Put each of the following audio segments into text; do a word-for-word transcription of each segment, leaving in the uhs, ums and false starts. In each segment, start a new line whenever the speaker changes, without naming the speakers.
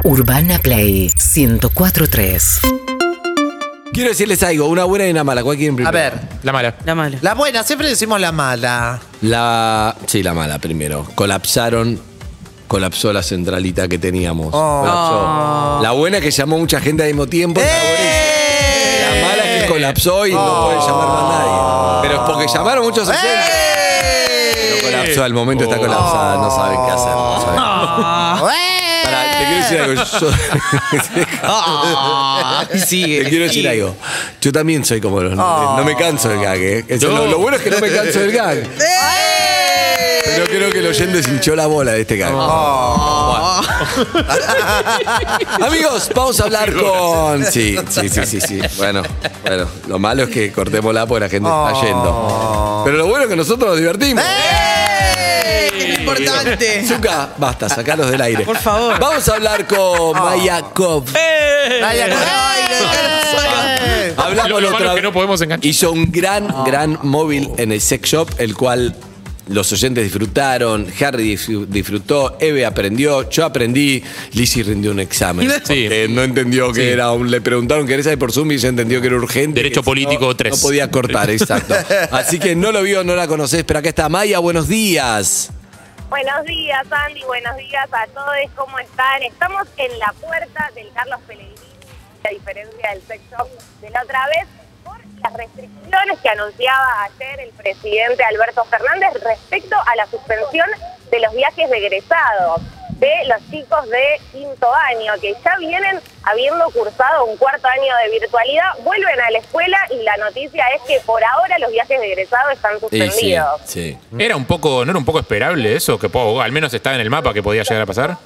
Urbana Play ciento cuatro punto tres.
Quiero decirles algo, una buena y una mala. ¿Cuál quieren primero?
A ver.
La mala.
La mala. La buena, siempre decimos la mala.
La... Sí, la mala primero. Colapsaron, colapsó la centralita que teníamos.
Oh.
Colapsó. La buena es que llamó mucha gente al mismo tiempo.
¡Eh!
La mala es que colapsó y oh. no puede llamar más nadie. Pero es porque llamaron muchos oyentes.
¡Eh!
Pero colapsó, al momento está colapsada, no saben qué hacer. No saben.
Oh.
Pará, te quiero decir algo. Yo...
Oh. Sí,
te quiero decir
sí.
algo. Yo también soy como los
Oh.
No me canso del gag, ¿eh? Eso,
No.
lo, lo bueno es que no me canso del gag. Pero creo que el oyente se hinchó la bola de este gag.
Oh.
Bueno. Amigos, vamos a hablar con... Sí, sí, sí, sí, sí. Bueno, bueno. Lo malo es que cortémosla porque la gente
Oh.
está yendo. Pero lo bueno es que nosotros nos divertimos.
¡Eh! ¡Es importante!
Zucca, basta, sacalos del aire.
Por favor.
Vamos a hablar con Maya Kov.
Vaya, ay, ay,
Hablamos
Lo, lo malo
otra
es que no podemos enganchar.
Hizo un gran, gran móvil en el sex shop, el cual los oyentes disfrutaron, Harry disfr- disfrutó, Eve aprendió, yo aprendí, Lizzy rindió un examen.
Sí.
Porque no entendió que
Sí.
era un... Le preguntaron qué saber por Zoom y ella entendió que era urgente.
Derecho
que si
político
no,
tres.
No podía cortar, exacto. Así que no lo vio, no la conocés, pero acá está Maya, buenos días.
Buenos días, Andy. Buenos días a todos. ¿Cómo están? Estamos en la puerta del Carlos Pellegrini, a diferencia del sex shop de la otra vez, por las restricciones que anunciaba ayer el presidente Alberto Fernández respecto a la suspensión de los viajes de egresados de los chicos de quinto año, que ya vienen habiendo cursado un cuarto año de virtualidad, vuelven a la escuela y la noticia es que por ahora los viajes de egresados están suspendidos.
Sí, sí.
Era un poco, ¿no era un poco esperable eso? Que po- al menos estaba en el mapa que podía llegar a pasar.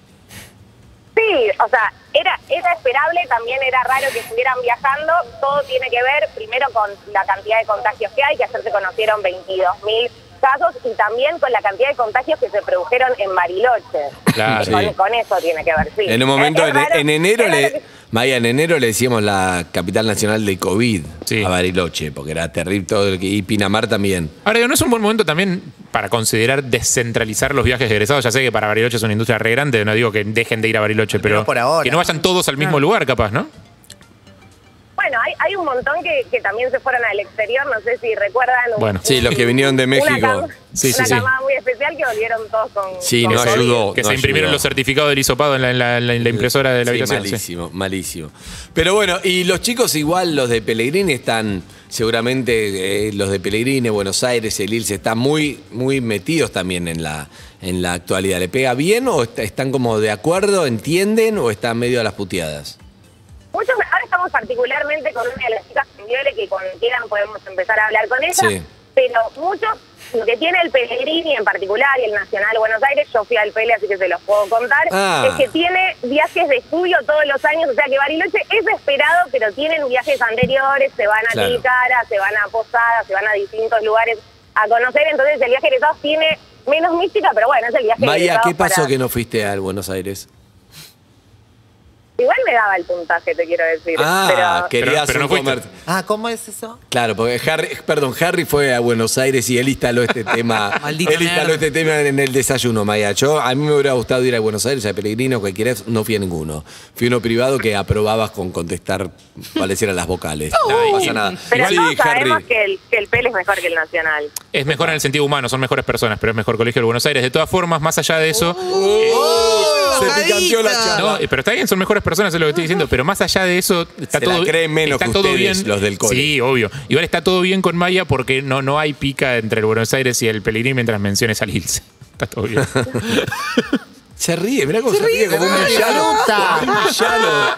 Sí, o sea, era, era esperable, también era raro que estuvieran viajando. Todo tiene que ver primero con la cantidad de contagios que hay, que ayer se conocieron veintidós mil casos, y también con la cantidad de contagios que se produjeron en Bariloche.
Claro.
Sí.
Con, con eso tiene que ver, sí.
En un momento,
Es- es
en,
raro-
en enero,
es raro
le,
que-
Maya, en enero le decíamos la capital nacional de COVID
Sí.
a Bariloche, porque era terrible todo, el que- y Pinamar también.
Ahora, digo, ¿no es un buen momento también para considerar descentralizar los viajes de egresados? Ya sé que para Bariloche es una industria re grande, no digo que dejen de ir a Bariloche, pero,
por ahora.
que no vayan todos al mismo lugar, capaz, ¿no?
Bueno, hay, hay un montón que, que también se fueron al exterior, no sé si recuerdan. un-
Bueno.
Sí, los que vinieron de
una
México.
cam-
Sí, sí,
una
sí.
camada muy especial que volvieron todos con...
Sí,
con
no
COVID.
ayudó.
Que
no
se imprimieron
ayudó.
los certificados del hisopado en la, en la- en la- en la impresora de la
Sí,
habitación. sí.
malísimo, malísimo. Pero bueno, y los chicos igual, los de Pellegrini están, seguramente eh, los de Pellegrini, Buenos Aires, el I L S E, están muy, muy metidos también en la, en la actualidad. ¿Le pega bien o est- están como de acuerdo, entienden o están medio a las puteadas?
Muchos, ahora estamos particularmente con una de las chicas en Viole, que cuando quieran podemos empezar a hablar con ella,
Sí.
pero muchos, lo que tiene el Pellegrini en particular y el Nacional de Buenos Aires, yo fui al Pele, así que se los puedo contar,
Ah.
es que tiene viajes de estudio todos los años, o sea que Bariloche es esperado, pero tienen viajes anteriores, se van a
Claro.
Tilcara, se van a Posadas, se van a distintos lugares a conocer, entonces el viaje de egresados tiene menos mística, pero bueno, es el viaje de
Maya,
egresados
¿qué pasó
para-
que no fuiste al Buenos Aires?
Igual me daba el puntaje, te quiero decir.
Ah,
pero...
querías
Pero- pero
un
no fuiste.
comer-
Ah, ¿cómo es eso?
Claro, porque Harry, perdón, Harry fue a Buenos Aires y él instaló este tema.
Maldito
él instaló
nerd.
este tema en el desayuno, Maya. Yo, a mí me hubiera gustado ir a Buenos Aires, a Pellegrino, cualquiera, no fui a ninguno. Fui uno privado que aprobabas con contestar cuáles eran las vocales. No pasa nada.
Pero
Sí,
todos sabemos
Harry.
que el, que el Pele es mejor que el Nacional.
Es mejor en el sentido humano, son mejores personas, pero es mejor Colegio de Buenos Aires. De todas formas, más allá de eso...
Se picanteó la charla.
No, eh, pero está bien, son mejores personas, es lo que estoy diciendo. Pero más allá de eso, está
Se
todo
la creen menos
está
que
todo
ustedes,
bien.
los del cole.
Sí, obvio. Igual está todo bien con Maya porque no, no hay pica entre el Buenos Aires y el Pellegrini mientras menciones al I L S E. Está todo bien.
Se ríe, mirá cómo se, ríe, como un villano.
disfruta.
Como un villano.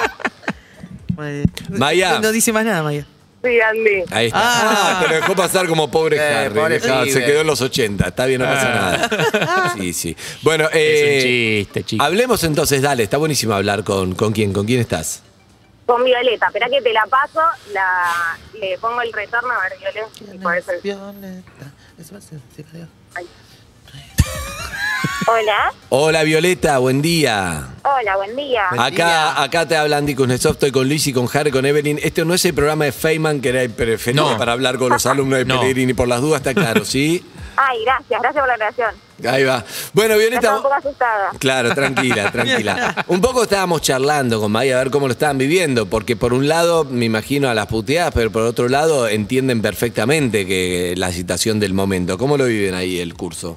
Maya.
No dice más nada, Maya.
Sí, Andy.
Ahí está.
Ah.
Ah, te lo dejó pasar como pobre
Eh,
Harry.
pobre
Dejá,
pibe.
se quedó en los ochenta. Está bien, no pasa
Ah.
nada. Sí, sí. Bueno,
Es
eh,
un chiste, chicos.
hablemos entonces, dale. Está buenísimo hablar con, con quién. ¿Con quién estás?
Con Violeta. Espera que te la paso, la, le pongo el retorno a ver, Violeta. y podés el-
Violeta. Eso va a ser, se cayó.
Hola.
Hola, Violeta. Buen día.
Hola, buen día.
Buen
Acá,
día.
acá te habla Andy Kuznetsov, estoy con Luis y con Harry, con Evelyn. Este no es el programa de Feynman, que era el preferido
No.
para hablar con los alumnos de
No.
Pellegrini. Por las dudas, está claro, ¿sí?
Ay, gracias, gracias por la relación.
Ahí va. Bueno,
Estaba
Violeta.
un poco asustada.
Claro, tranquila, tranquila. Un poco estábamos charlando con Maya a ver cómo lo estaban viviendo, porque por un lado me imagino a las puteadas, pero por otro lado entienden perfectamente que la situación del momento. ¿Cómo lo viven ahí el curso?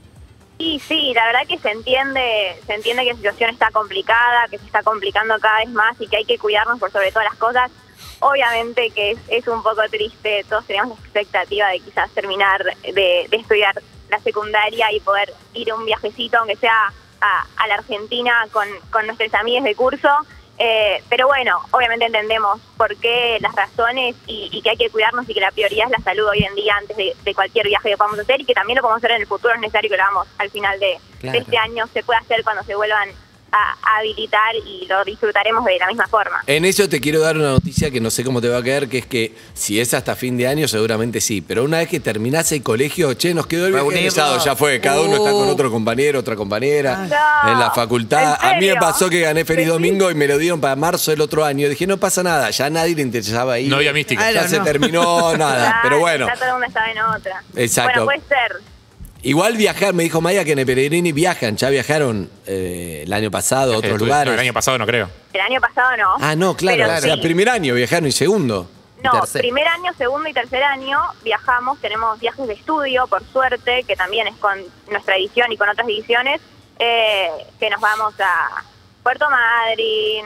Y sí, la verdad que se entiende, se entiende que la situación está complicada, que se está complicando cada vez más y que hay que cuidarnos por sobre todas las cosas. Obviamente que es, es un poco triste, todos teníamos la expectativa de quizás terminar de, de estudiar la secundaria y poder ir a un viajecito, aunque sea a, a la Argentina con, con nuestros amigos de curso. Eh, pero bueno, obviamente entendemos por qué, las razones y, y que hay que cuidarnos y que la prioridad es la salud hoy en día antes de, de cualquier viaje que podamos hacer y que también lo podemos hacer en el futuro, es necesario que lo hagamos al final de,
Claro.
de este año, se puede hacer cuando se vuelvan a, a habilitar y lo disfrutaremos de la misma forma.
En eso te quiero dar una noticia que no sé cómo te va a quedar, que es que si es hasta fin de año seguramente sí, pero una vez que terminás el colegio, che, nos quedó el viaje
Reunirnos.
egresado, ya fue, cada uno está con
Uh.
otro compañero, otra compañera,
No,
en la facultad.
¿en
A mí me
serio?
pasó que gané Feliz
Sí.
Domingo y me lo dieron para marzo del otro año. Dije, no pasa nada, ya a nadie le interesaba ir.
No había mística.
Ya
Claro,
se
no.
terminó, nada,
Claro,
pero bueno.
Ya todo el mundo estaba en otra.
Exacto.
Bueno, puede ser.
Igual viajar, me dijo Maya que en el Pellegrini viajan, ya viajaron eh, el año pasado a otros
Estuve-
lugares.
no, el año pasado no creo.
El año pasado no.
Ah, no, claro,
Pero
o sea,
sí.
primer año viajaron y segundo.
No,
Y tercero.
primer año, segundo y tercer año viajamos, tenemos viajes de estudio, por suerte, que también es con nuestra edición y con otras ediciones, eh, que nos vamos a Puerto Madryn,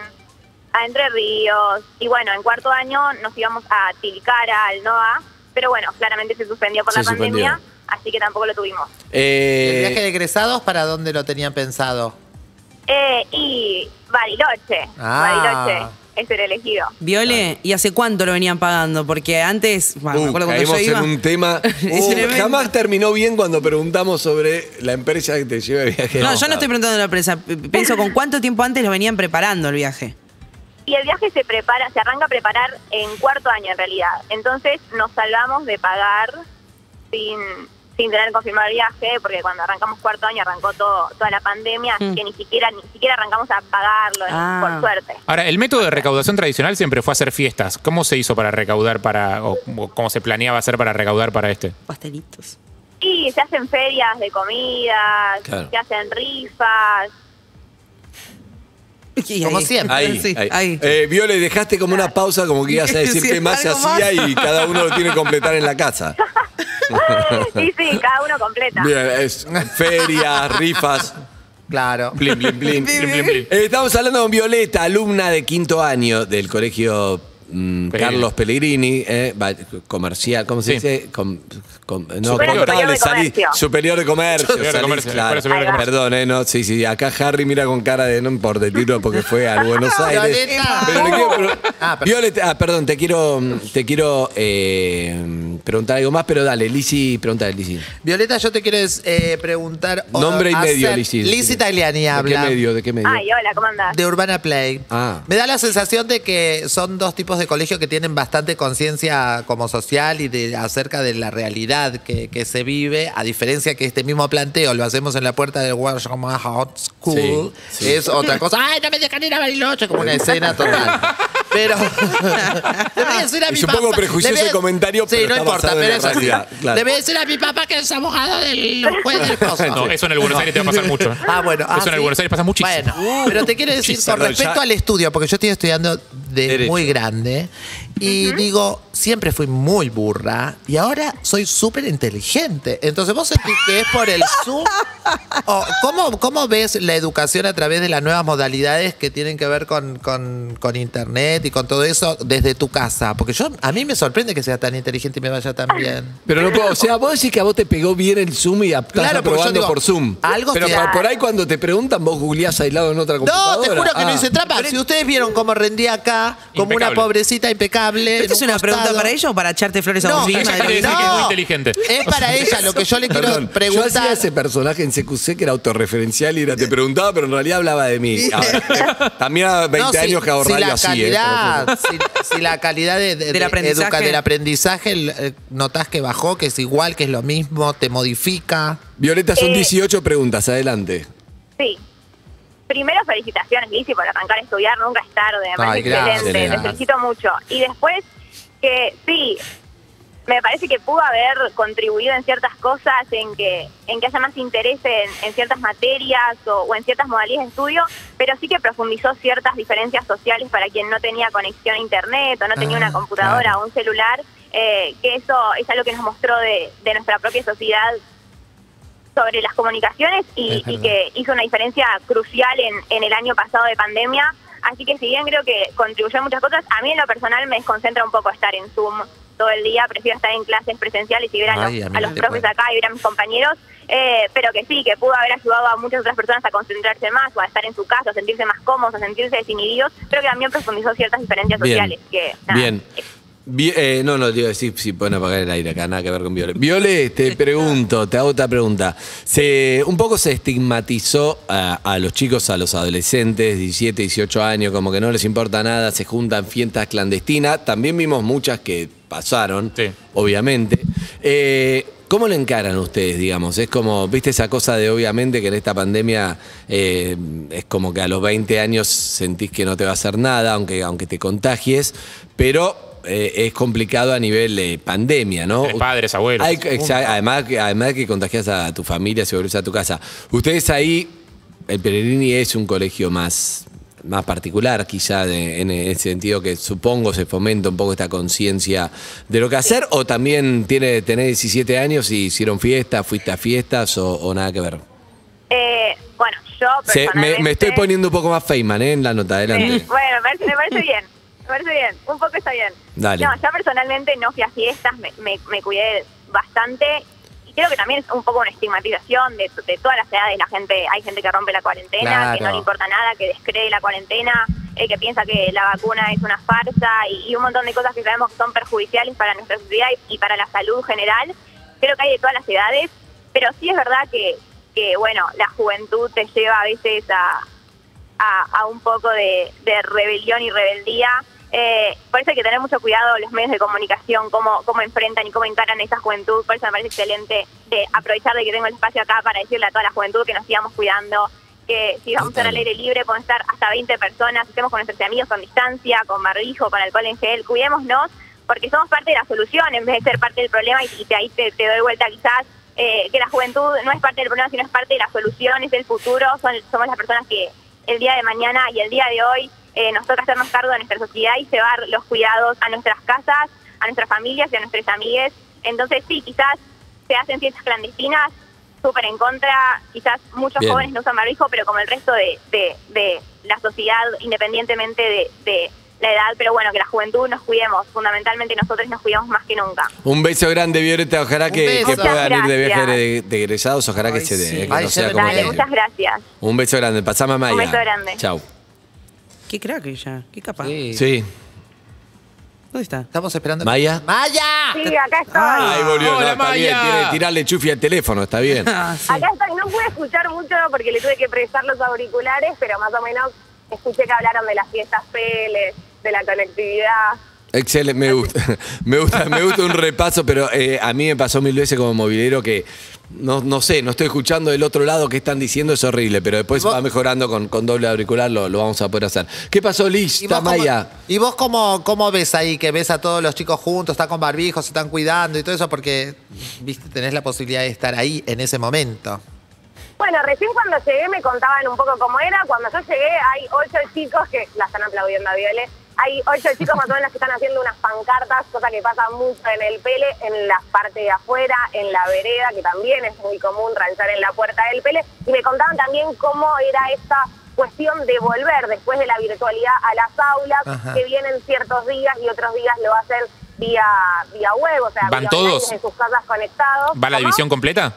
a Entre Ríos, y bueno, en cuarto año nos íbamos a Tilcara, al N O A, pero bueno, claramente se suspendió por
Se
la pandemia,
suspendió.
así que tampoco lo tuvimos.
Eh,
¿El viaje de egresados para dónde lo tenían pensado?
Eh, y Bariloche,
Ah.
Bariloche es el elegido.
Viole, ¿y hace cuánto lo venían pagando? Porque antes, bueno, me
Uh,
acuerdo cuando yo
caímos
iba.
en un tema.
Es
Uh,
tremendo.
jamás terminó bien cuando preguntamos sobre la empresa que te lleva de viaje.
No, yo no estoy preguntando de la empresa. P- Pienso con cuánto tiempo antes lo venían preparando el viaje.
Y el viaje se prepara, se arranca a preparar en cuarto año en realidad. Entonces nos salvamos de pagar sin, sin tener confirmado el viaje, porque cuando arrancamos cuarto año arrancó todo, toda la pandemia, así
Mm.
que ni siquiera, ni siquiera arrancamos a pagarlo,
Ah.
por suerte.
Ahora, el método de recaudación tradicional siempre fue hacer fiestas. ¿Cómo se hizo para recaudar para, o, o cómo se planeaba hacer para recaudar para este?
Pastelitos.
Y se hacen ferias de comidas,
Claro.
se hacen rifas.
Y
Como
ahí-
siempre.
Ahí,
Sí,
ahí.
ahí.
Eh, Viole, dejaste como una pausa, como que ibas a decir
Sí,
qué más se
algo
hacía
más.
y cada uno lo tiene que completar en la casa.
Sí, sí, cada uno completa.
Bien, es ferias, rifas.
Claro.
Blim, blim, blim.
Blim, blim, blim.
Eh, estamos hablando con Violeta, alumna de quinto año del colegio mm,
Pellegrini.
Carlos Pellegrini, eh, va- comercial, ¿cómo se
Sí.
dice? Com- com- no,
Superior.
contable,
Superior de
salí-
comercio.
superior de comercio.
Superior de
salí,
comercio,
claro.
Escuela Superior de Comercio.
Perdón, eh, no, sí, sí, acá Harry mira con cara de no importa el título porque fue a Buenos Aires.
Violeta.
Pero le quiero pre-
Ah, perdón.
Violeta, ah, perdón, te quiero, te quiero eh, preguntar algo más, pero dale, Lizzy, pregúntale, Lizzy.
Violeta, yo te quiero eh, preguntar. o
Nombre y
hacer-
medio, Lizzy.
Lizzy Tagliani
¿De
habla.
qué medio? ¿De qué medio?
Ay, hola, ¿cómo andás?
De Urbana Play.
Ah.
Me da la sensación de que son dos tipos de colegios que tienen bastante conciencia como social y de acerca de la realidad que, que se vive, a diferencia que este mismo planteo lo hacemos en la puerta del Warsham Hot School,
Sí, sí.
es otra cosa. ¡Ay, no me dejan ir a Bariloche! Como una escena total. Pero le voy a decir a
Es
mi
un
papá-
poco prejuicioso
le voy a-
el comentario,
sí,
pero
no
está
importa,
basado en
pero
la
es así.
realidad, claro.
Le voy a decir a mi papá que es abogado del juez del coso.
No, eso en el Buenos Aires te va a pasar mucho.
Ah, bueno. ah,
Eso en el
¿sí?
Buenos Aires pasa muchísimo.
Bueno, pero te quiero decir,
Muchísimo.
con respecto
Ya-
al estudio, porque yo estoy estudiando de
Derecho.
muy grande, y digo, siempre fui muy burra, y ahora soy súper inteligente. Entonces, ¿vos sentís que es por el Zoom? ¿O cómo, ¿Cómo ves la educación a través de las nuevas modalidades que tienen que ver con, con, con Internet y con todo eso desde tu casa? Porque yo a mí me sorprende que sea tan inteligente y me vaya tan bien.
Pero no puedo, o sea, vos decís que a vos te pegó bien el Zoom y a- estás
Claro, porque yo
aprobando
digo,
por Zoom.
algo
Pero
te-
por, por ahí cuando te preguntan, vos googleás aislado en otra
No,
computadora.
te juro que no
Ah.
hice trampa. Si ustedes vieron cómo rendí acá, como
Impecable.
una pobrecita impecable.
¿Esta
en
es
un
una pregunta
costado.
para ella o para echarte flores a
No,
vos misma?
ella
de lo
quiere
que-
decir que es muy inteligente.
Es para ella lo que yo le quiero
Perdón, yo
preguntar.
hacía ese personaje en C Q C que era autorreferencial y era, te preguntaba, pero en realidad hablaba de mí. Ahora, eh, también a veinte
No, si-
años que hago
si
radio
la
así.
calidad, si, si la calidad de, de-
Del
de
aprendizaje.
educa- del aprendizaje eh, notás que bajó, que es igual, que es lo mismo, te modifica.
Violeta, son
Eh,
dieciocho preguntas, adelante.
Sí. Primero, felicitaciones, Lizzy, por arrancar a estudiar. Nunca es tarde. Me
Ay,
parece
gracias.
excelente. Te felicito mucho. Y después, que sí, me parece que pudo haber contribuido en ciertas cosas, en que en que haya más interés en, en ciertas materias o, o en ciertas modalidades de estudio, pero sí que profundizó ciertas diferencias sociales para quien no tenía conexión a internet o no tenía
Ah,
una computadora
claro.
o un celular, eh, que eso es algo que nos mostró de, de nuestra propia sociedad sobre las comunicaciones y,
Es
y
verdad.
que hizo una diferencia crucial en, en el año pasado de pandemia. Así que si bien creo que contribuyó en muchas cosas, a mí en lo personal me desconcentra un poco estar en Zoom todo el día, prefiero estar en clases presenciales y ver a los,
Ay, a mí
a
no
los
te
profes
puedo.
acá y ver a mis compañeros, eh, pero que sí, que pudo haber ayudado a muchas otras personas a concentrarse más o a estar en su casa, a sentirse más cómodos, a sentirse desinhibidos, pero que también profundizó ciertas diferencias
Bien.
sociales. Que, nada,
Bien. Vi- eh, no, no, te iba a decir si pueden apagar el aire acá, nada que ver con Viole. Viole, te pregunto, te hago otra pregunta. Se, un poco se estigmatizó a, a los chicos, a los adolescentes, diecisiete, dieciocho años, como que no les importa nada, se juntan fiestas clandestinas. También vimos muchas que pasaron,
Sí.
obviamente. Eh, ¿Cómo lo encaran ustedes, digamos? Es como, viste esa cosa de obviamente que en esta pandemia eh, es como que a los veinte años sentís que no te va a hacer nada, aunque, aunque te contagies, pero eh, es complicado a nivel de pandemia, ¿no?
Tenés padres, abuelos.
Hay- exa- además, que- además de que contagias a tu familia si volvés a tu casa. Ustedes ahí, el Pellegrini es un colegio más, más particular, quizá de- en ese sentido que supongo se fomenta un poco esta conciencia de lo que hacer, o también tiene, tenés diecisiete años y hicieron fiestas, fuiste a fiestas o, o nada que ver.
Eh, bueno, yo
Se- me,
personalmente...
me estoy poniendo un poco más Feynman, ¿eh? En la nota, adelante.
Sí, bueno, me parece, me parece bien, me parece bien, un poco está bien.
Dale.
No, yo personalmente no fui a fiestas, me, me, me cuidé bastante y creo que también es un poco una estigmatización de, de todas las edades. La gente, hay gente que rompe la cuarentena,
Claro.
que no le importa nada, que descree la cuarentena, eh, que piensa que la vacuna es una farsa y, y un montón de cosas que sabemos que son perjudiciales para nuestra sociedad y, y para la salud general. Creo que hay de todas las edades, pero sí es verdad que, que bueno, la juventud te lleva a veces a, a, a un poco de, de rebelión y rebeldía. Eh, por eso hay que tener mucho cuidado los medios de comunicación, cómo, cómo enfrentan y cómo encaran a esa juventud. Por eso me parece excelente de aprovechar de que tengo el espacio acá para decirle a toda la juventud que nos sigamos cuidando, que si vamos a estar al aire libre podemos estar hasta veinte personas, estemos con nuestros amigos con distancia, con barbijo, con alcohol en gel, cuidémonos, porque somos parte de la solución en vez de ser parte del problema. Y, y ahí te, te doy vuelta quizás, eh, que la juventud no es parte del problema, sino es parte de la solución, es el futuro, son, somos las personas que el día de mañana y el día de hoy eh, nos toca hacernos cargo de nuestra sociedad y llevar los cuidados a nuestras casas, a nuestras familias y a nuestras amigues. Entonces sí, quizás se hacen fiestas clandestinas, súper en contra, quizás muchos
Bien.
jóvenes no usan barbijo, pero como el resto de, de, de la sociedad, independientemente de, de la edad, pero bueno, que la juventud nos cuidemos, fundamentalmente nosotros nos cuidamos más que nunca.
Un beso grande, Violeta. Ojalá
Un
que,
beso.
que puedan ir de viaje
Gracias.
de, de egresados. Ojalá que
Ay,
se dé.
sí.
eh, que
Ay,
no
ya
sea
me
como
Dale,
Bien.
muchas gracias.
Un beso grande. Pasame a Maya.
Un beso grande.
Chau.
Qué crack ella, qué capaz.
Sí.
Sí.
¿Dónde está?
Estamos esperando.
¿Maya?
¡Maya!
Sí, acá estoy.
Ah.
Ahí volvió.
Hola,
no, está bien.
Maya.
Tiene que tirarle chufi al teléfono. Está bien.
Ah, sí.
Acá estoy, no pude escuchar mucho porque le tuve que prestar los auriculares, pero más o menos escuché que hablaron de las fiestas P L, de la conectividad.
Excelente, me gusta. Me gusta, me gusta un repaso, pero eh, a mí me pasó mil veces como movilero que no, no sé, no estoy escuchando del otro lado qué están diciendo, es horrible, pero después
¿Vos?
va mejorando con, con doble auricular, lo, lo vamos a poder hacer. ¿Qué pasó, Liz?
¿Y vos, cómo,
Maya?
¿Y vos cómo, cómo ves ahí que ves a todos los chicos juntos, están con barbijos, se están cuidando y todo eso? Porque, viste, tenés la posibilidad de estar ahí en ese momento.
Bueno, recién cuando llegué me contaban un poco cómo era. Cuando yo llegué hay ocho chicos que la están aplaudiendo a Viole. Hay ocho chicos más o menos que están haciendo unas pancartas, cosa que pasa mucho en el Pele, en la parte de afuera, en la vereda, que también es muy común ranchar en la puerta del Pele. Y me contaban también cómo era esta cuestión de volver después de la virtualidad a las aulas,
Ajá.
que vienen ciertos días y otros días lo hacen vía, vía web, o sea,
¿Van
vía
todos?
online en sus casas conectados.
¿Va la
¿Cómo?
división completa?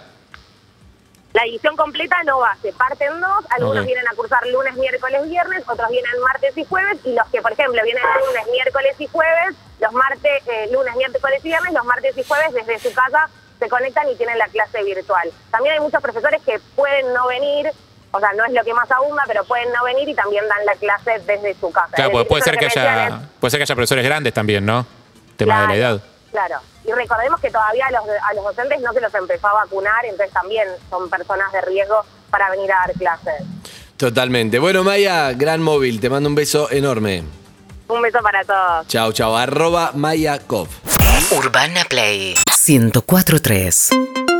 La edición completa no va, se parten dos, algunos
Ok.
vienen a cursar lunes, miércoles, viernes, otros vienen martes y jueves, y los que, por ejemplo, vienen lunes, miércoles y jueves, los martes, eh, lunes, miércoles y viernes, los martes y jueves desde su casa se conectan y tienen la clase virtual. También hay muchos profesores que pueden no venir, o sea, no es lo que más abunda, pero pueden no venir y también dan la clase desde su casa.
Claro,
Es
porque
decir,
puede
eso
ser
lo
que
me decían
haya,
es-
puede ser que haya profesores grandes también, ¿no? Tema de la edad.
Claro, y recordemos que todavía a los, a los docentes no se los empezó a vacunar, entonces también son personas de riesgo para venir a dar clases.
Totalmente. Bueno, Maya, gran móvil. Te mando un beso enorme.
Un beso para todos.
Chao, chao. Arroba Maya Koff.
Urbana Play ciento cuatro punto tres.